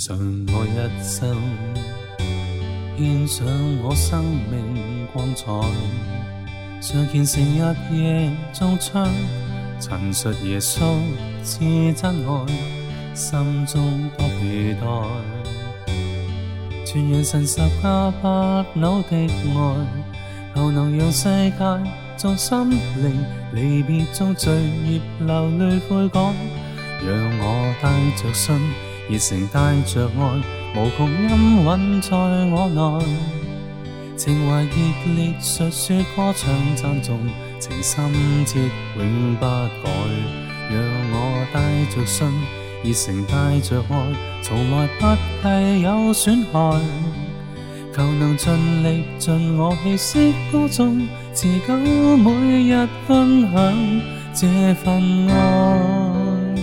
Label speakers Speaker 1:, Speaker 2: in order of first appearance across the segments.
Speaker 1: 上我一生，獻上我生命光彩，常虔誠日夜中唱，陳述耶穌是真愛，心中多期待，傳揚神十架不朽的愛，求能讓世界眾心靈離別中罪孽流淚悔改，讓我帶着信，熱誠帶着愛，無窮音韻在我內，情懷熱烈述說歌唱讚頌，情深切永不改。讓我帶着信，熱誠帶着愛，從來不計有損害，求能盡力盡我氣息歌頌，持久每日分享這份愛。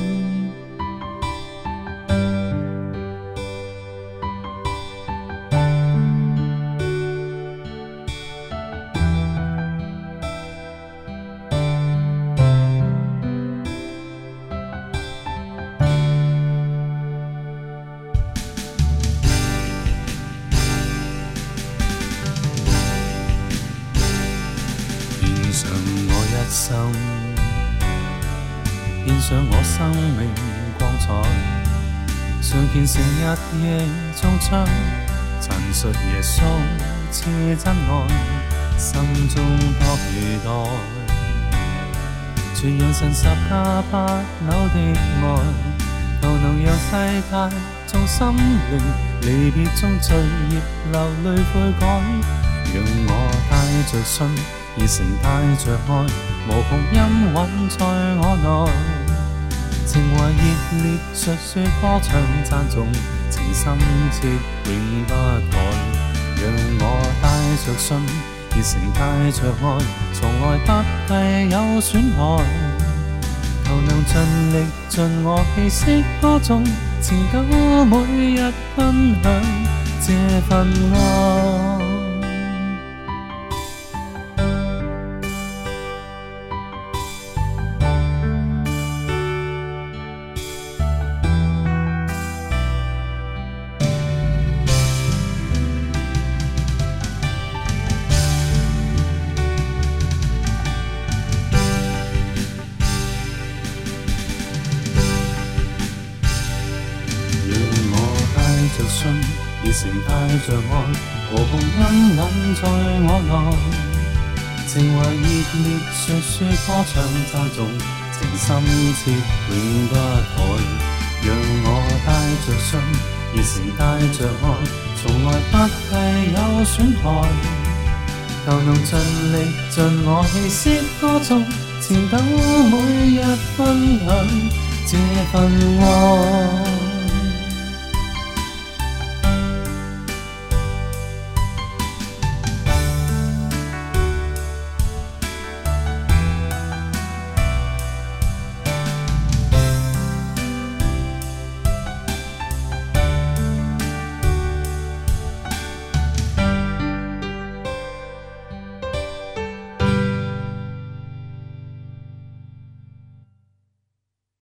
Speaker 1: 獻上我一生，獻上我生命光彩，常虔誠日夜中唱，陳述耶穌是真愛，心中多期待，傳揚神十架不朽的愛，求能讓世界眾心靈離別中罪孽流淚悔改，讓我帶着信，熱誠帶着愛，無窮音韻在我內，情懷熱烈述說歌唱讚頌，情深切永不改。讓我帶着信，熱誠帶着愛，從來不計有損害，求能盡力盡我氣息歌頌，持久每日分享這份愛。着信，熱誠帶着愛，無窮音韻在我內，情懷熱烈述說歌唱讚頌，情深切永不改。讓我帶着信，熱誠帶着愛，從來不計有損害，求能盡力盡我氣息歌頌，持久每日分享這份愛。